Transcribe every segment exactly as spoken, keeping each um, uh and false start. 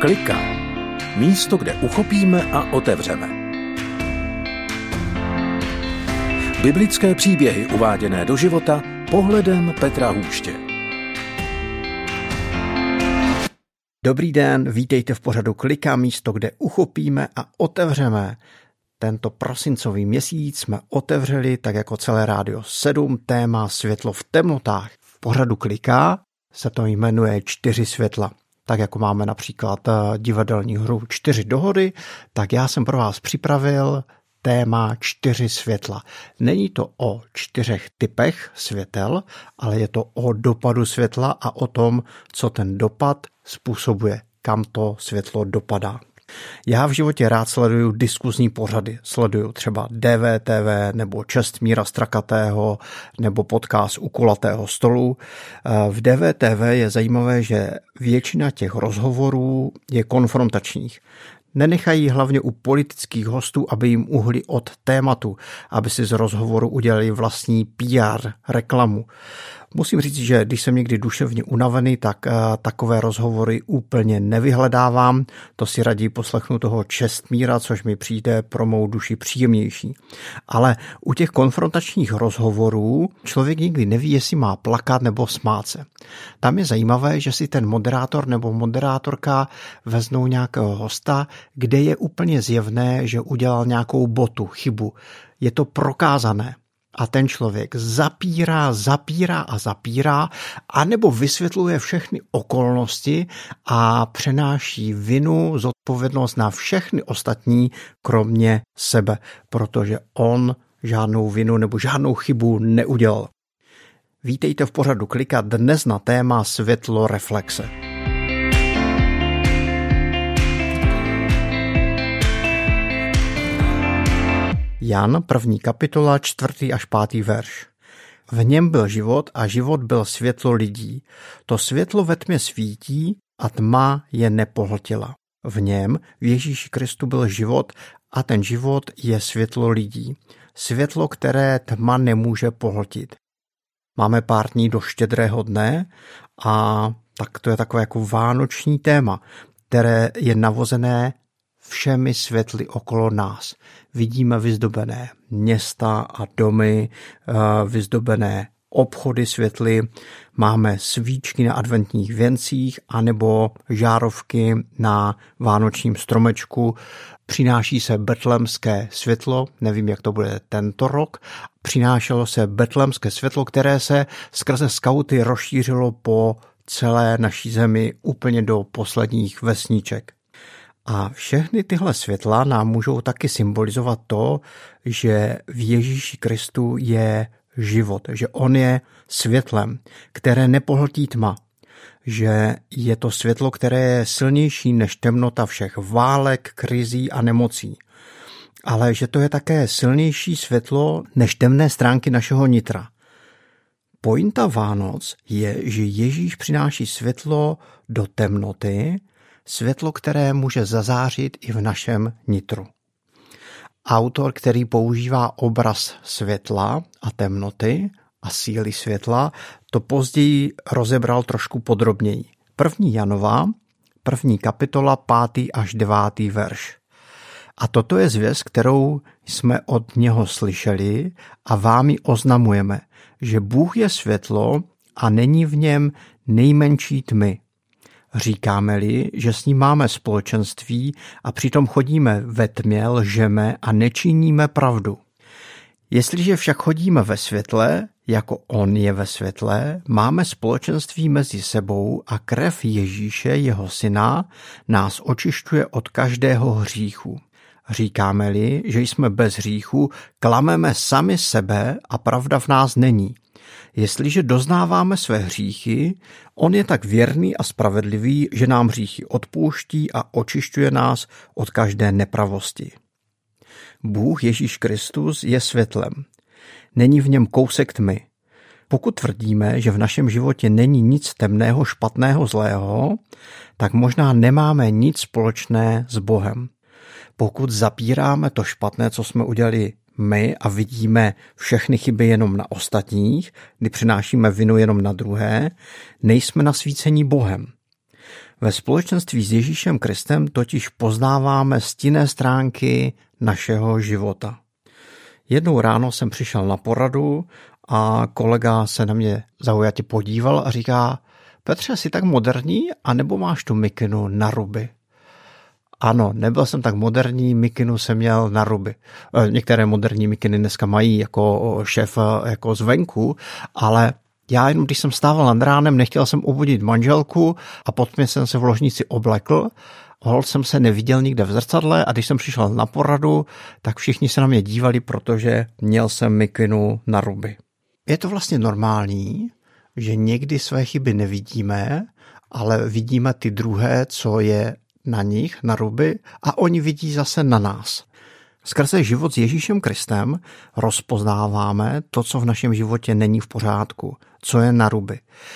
Klika. Místo, kde uchopíme a otevřeme. Biblické příběhy uváděné do života pohledem Petra Hůště. Dobrý den, vítejte v pořadu Klika, místo, kde uchopíme a otevřeme. Tento prosincový měsíc jsme otevřeli, tak jako celé Rádio sedm, téma Světlo v temnotách. V pořadu Klika se to jmenuje Čtyři světla. Tak jako máme například divadelní hru Čtyři dohody, tak já jsem pro vás připravil téma Čtyři světla. Není to o čtyřech typech světel, ale je to o dopadu světla a o tom, co ten dopad způsobuje, kam to světlo dopadá. Já v životě rád sleduju diskuzní pořady. Sleduju třeba D V T V nebo Čestmíra Strakatého nebo podcast U kulatého stolu. V D V T V je zajímavé, že většina těch rozhovorů je konfrontačních. Nenechají hlavně u politických hostů, aby jim uhli od tématu, aby si z rozhovoru udělali vlastní P R, reklamu. Musím říct, že když jsem někdy duševně unavený, tak uh, takové rozhovory úplně nevyhledávám. To si raději poslechnu toho Čestmíra, což mi přijde pro mou duši příjemnější. Ale u těch konfrontačních rozhovorů člověk nikdy neví, jestli má plakat nebo smát se. Tam je zajímavé, že si ten moderátor nebo moderátorka veznou nějakého hosta, kde je úplně zjevné, že udělal nějakou botu, chybu. Je to prokázané. A ten člověk zapírá, zapírá a zapírá, anebo vysvětluje všechny okolnosti a přenáší vinu, zodpovědnost na všechny ostatní, kromě sebe, protože on žádnou vinu nebo žádnou chybu neudělal. Vítejte v pořadu Klika dnes na téma světlo reflexe. Jan, první kapitola, čtvrtý až pátý verš. V něm byl život a život byl světlo lidí. To světlo ve tmě svítí a tma je nepohltila. V něm, v Ježíši Kristu, byl život a ten život je světlo lidí. Světlo, které tma nemůže pohltit. Máme pár dní do štědrého dne a tak to je takové jako vánoční téma, které je navozené všemi světly okolo nás. Vidíme vyzdobené města a domy, vyzdobené obchody světly, máme svíčky na adventních věncích anebo žárovky na vánočním stromečku. Přináší se betlémské světlo, nevím, jak to bude tento rok. Přinášelo se betlémské světlo, které se skrze skauty rozšířilo po celé naší zemi úplně do posledních vesniček. A všechny tyhle světla nám můžou taky symbolizovat to, že v Ježíši Kristu je život, že on je světlem, které nepohltí tma, že je to světlo, které je silnější než temnota všech válek, krizí a nemocí, ale že to je také silnější světlo než temné stránky našeho nitra. Pointa Vánoc je, že Ježíš přináší světlo do temnoty, světlo, které může zazářit i v našem nitru. Autor, který používá obraz světla a temnoty a síly světla, to později rozebral trošku podrobněji. První Janova, první kapitola, pátý až devátý verš. A toto je zvěst, kterou jsme od něho slyšeli a vám ji oznamujeme, že Bůh je světlo a není v něm nejmenší tmy. Říkáme-li, že s ním máme společenství a přitom chodíme ve tmě, lžeme a nečiníme pravdu. Jestliže však chodíme ve světle, jako on je ve světle, máme společenství mezi sebou a krev Ježíše, jeho syna, nás očišťuje od každého hříchu. Říkáme-li, že jsme bez hříchu, klameme sami sebe a pravda v nás není. Jestliže doznáváme své hříchy, on je tak věrný a spravedlivý, že nám hříchy odpouští a očišťuje nás od každé nepravosti. Bůh Ježíš Kristus je světlem. Není v něm kousek tmy. Pokud tvrdíme, že v našem životě není nic temného, špatného, zlého, tak možná nemáme nic společné s Bohem. Pokud zapíráme to špatné, co jsme udělali my a vidíme všechny chyby jenom na ostatních, kdy přinášíme vinu jenom na druhé, nejsme nasvícení Bohem. Ve společenství s Ježíšem Kristem totiž poznáváme stinné stránky našeho života. Jednou ráno jsem přišel na poradu a kolega se na mě zaujatě podíval a říká: Petře, jsi tak moderní, anebo máš tu mikinu na ruby? Ano, nebyl jsem tak moderní, mikinu jsem měl na ruby. Některé moderní mikiny dneska mají jako šéf jako zvenku, ale já jenom když jsem stával nad ránem, nechtěl jsem obudit manželku a potom jsem se v ložnici oblekl. Hol jsem se neviděl nikde v zrcadle a když jsem přišel na poradu, tak všichni se na mě dívali, protože měl jsem mikinu na ruby. Je to vlastně normální, že někdy své chyby nevidíme, ale vidíme ty druhé, co je na nich, na ruby, a oni vidí zase na nás. Skrze život s Ježíšem Kristem rozpoznáváme to, co v našem životě není v pořádku, co je na ruby.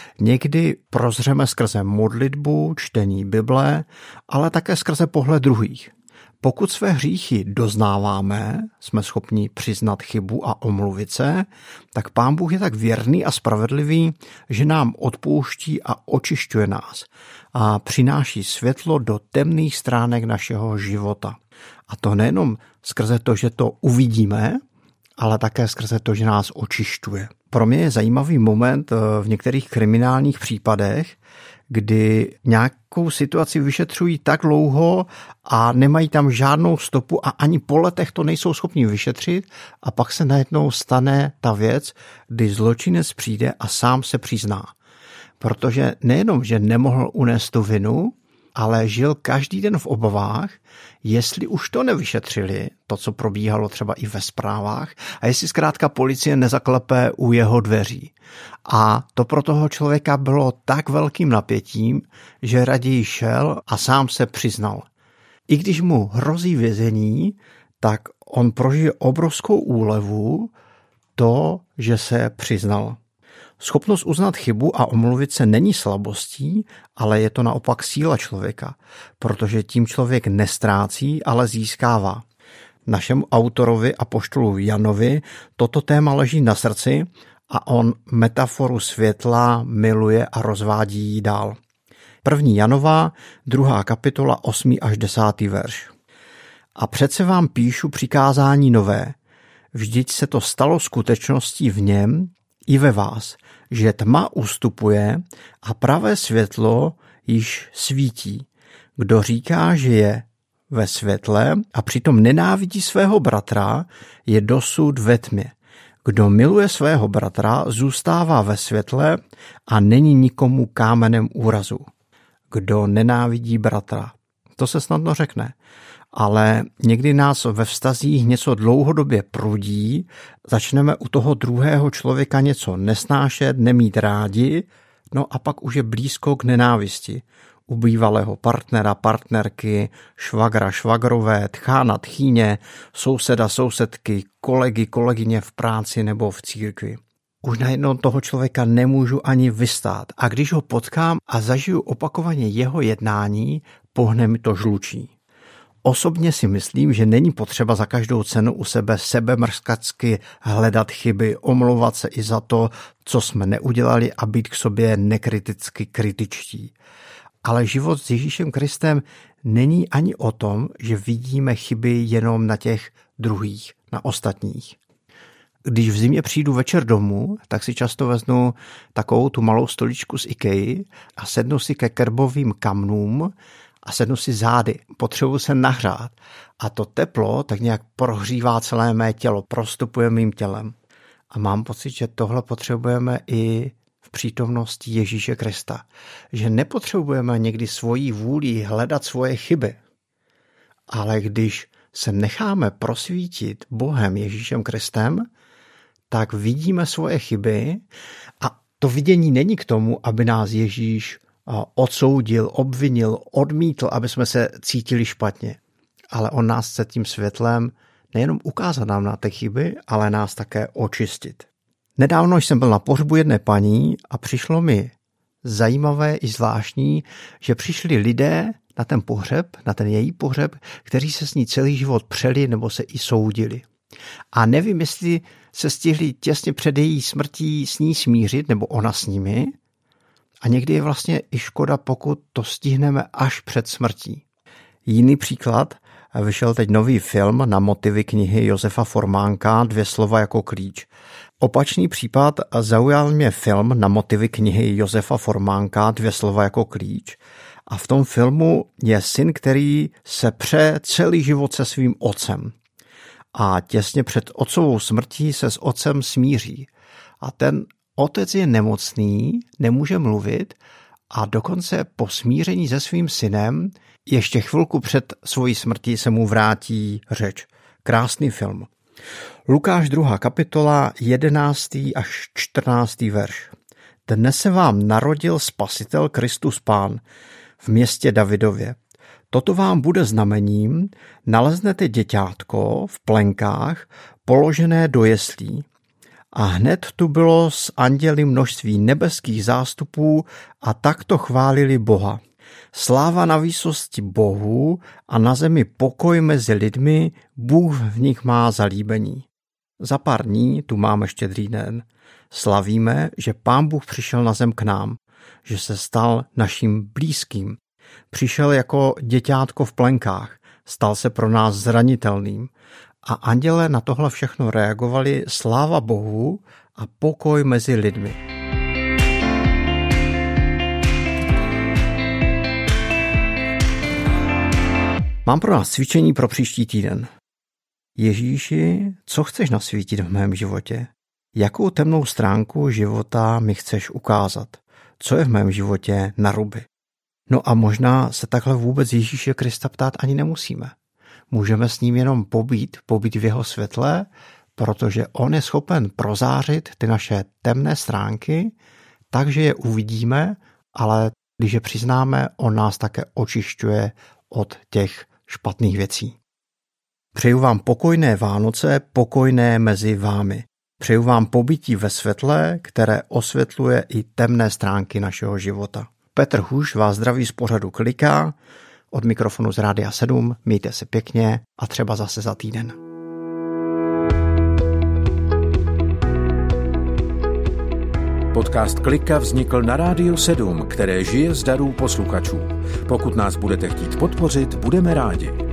Někdy prozřeme skrze modlitbu, čtení Bible, ale také skrze pohled druhých. Pokud své hříchy doznáváme, jsme schopni přiznat chybu a omluvit se, tak Pán Bůh je tak věrný a spravedlivý, že nám odpouští a očišťuje nás a přináší světlo do temných stránek našeho života. A to nejenom skrze to, že to uvidíme, ale také skrze to, že nás očišťuje. Pro mě je zajímavý moment v některých kriminálních případech, kdy nějakou situaci vyšetřují tak dlouho a nemají tam žádnou stopu a ani po letech to nejsou schopni vyšetřit a pak se najednou stane ta věc, kdy zločinec přijde a sám se přizná. Protože nejenom, že nemohl unést tu vinu, ale žil každý den v obavách, jestli už to nevyšetřili, to, co probíhalo třeba i ve zprávách, a jestli zkrátka policie nezaklepe u jeho dveří. A to pro toho člověka bylo tak velkým napětím, že raději šel a sám se přiznal. I když mu hrozí vězení, tak on prožije obrovskou úlevu to, že se přiznal. Schopnost uznat chybu a omluvit se není slabostí, ale je to naopak síla člověka, protože tím člověk nestrácí, ale získává. Našemu autorovi apoštolu Janovi toto téma leží na srdci a on metaforu světla miluje a rozvádí ji dál. První Janova, druhá kapitola, osmý až desátý verš. A přece vám píšu přikázání nové, vždyť se to stalo skutečností v něm i ve vás, že tma ustupuje a pravé světlo již svítí. Kdo říká, že je ve světle a přitom nenávidí svého bratra, je dosud ve tmě. Kdo miluje svého bratra, zůstává ve světle a není nikomu kámenem úrazu. Kdo nenávidí bratra. To se snadno řekne. Ale někdy nás ve vztazích něco dlouhodobě prudí, začneme u toho druhého člověka něco nesnášet, nemít rádi, no a pak už je blízko k nenávisti. U bývalého partnera, partnerky, švagra, švagrové, tchána, tchýně, souseda, sousedky, kolegy, kolegyně v práci nebo v církvi. Už najednou toho člověka nemůžu ani vystát a když ho potkám a zažiju opakovaně jeho jednání, pohne mi to žlučí. Osobně si myslím, že není potřeba za každou cenu u sebe sebemrskacky hledat chyby, omlouvat se i za to, co jsme neudělali a být k sobě nekriticky kritičtí. Ale život s Ježíšem Kristem není ani o tom, že vidíme chyby jenom na těch druhých, na ostatních. Když v zimě přijdu večer domů, tak si často vezmu takovou tu malou stoličku z IKEA a sednu si ke kerbovým kamnům a sednu si zády. Potřebuji se nahřát a to teplo tak nějak prohřívá celé mé tělo, prostupuje mým tělem. A mám pocit, že tohle potřebujeme i v přítomnosti Ježíše Krista. Že nepotřebujeme někdy svojí vůlí hledat svoje chyby, ale když se necháme prosvítit Bohem Ježíšem Kristem, tak vidíme svoje chyby a to vidění není k tomu, aby nás Ježíš odsoudil, obvinil, odmítl, aby jsme se cítili špatně. Ale on nás chce tím světlem nejenom ukázat nám na ty chyby, ale nás také očistit. Nedávno jsem byl na pohřbu jedné paní a přišlo mi zajímavé i zvláštní, že přišli lidé na ten pohřeb, na ten její pohřeb, kteří se s ní celý život přeli nebo se i soudili. A nevím, jestli se stihli těsně před její smrtí s ní smířit, nebo ona s nimi, A někdy je vlastně i škoda, pokud to stihneme až před smrtí. Jiný příklad, vyšel teď nový film na motivy knihy Josefa Formánka Dvě slova jako klíč. Opačný případ zaujal mě film na motivy knihy Josefa Formánka Dvě slova jako klíč. A v tom filmu je syn, který se pře celý život se svým otcem. A těsně před otcovou smrtí se s otcem smíří. A ten otec je nemocný, nemůže mluvit a dokonce po smíření se svým synem ještě chvilku před svojí smrtí se mu vrátí řeč. Krásný film. Lukáš druhá kapitola, jedenáctý až čtrnáctý verš. Dnes se vám narodil Spasitel Kristus Pán v městě Davidově. Toto vám bude znamením, naleznete děťátko v plenkách, položené do jeslí. A hned tu bylo s anděli množství nebeských zástupů a takto chválili Boha. Sláva na výsosti Bohu a na zemi pokoj mezi lidmi, Bůh v nich má zalíbení. Za pár dní tu máme Štědrý den. Slavíme, že Pán Bůh přišel na zem k nám, že se stal naším blízkým. Přišel jako děťátko v plenkách, stal se pro nás zranitelným. A anděle na tohle všechno reagovali sláva Bohu a pokoj mezi lidmi. Mám pro nás cvičení pro příští týden. Ježíši, co chceš nasvítit v mém životě? Jakou temnou stránku života mi chceš ukázat? Co je v mém životě na ruby? No a možná se takhle vůbec Ježíše Krista ptát ani nemusíme. Můžeme s ním jenom pobít, pobít v jeho světle, protože on je schopen prozářit ty naše temné stránky, takže je uvidíme, ale když je přiznáme, on nás také očišťuje od těch špatných věcí. Přeju vám pokojné Vánoce, pokojné mezi vámi. Přeju vám pobytí ve světle, které osvětluje i temné stránky našeho života. Petr Hůš vás zdraví z pořadu Kliká, od mikrofonu z Rádia sedm, mějte se pěkně a třeba zase za týden. Podcast Klika vznikl na Rádiu sedm, které žije z darů posluchačů. Pokud nás budete chtít podpořit, budeme rádi.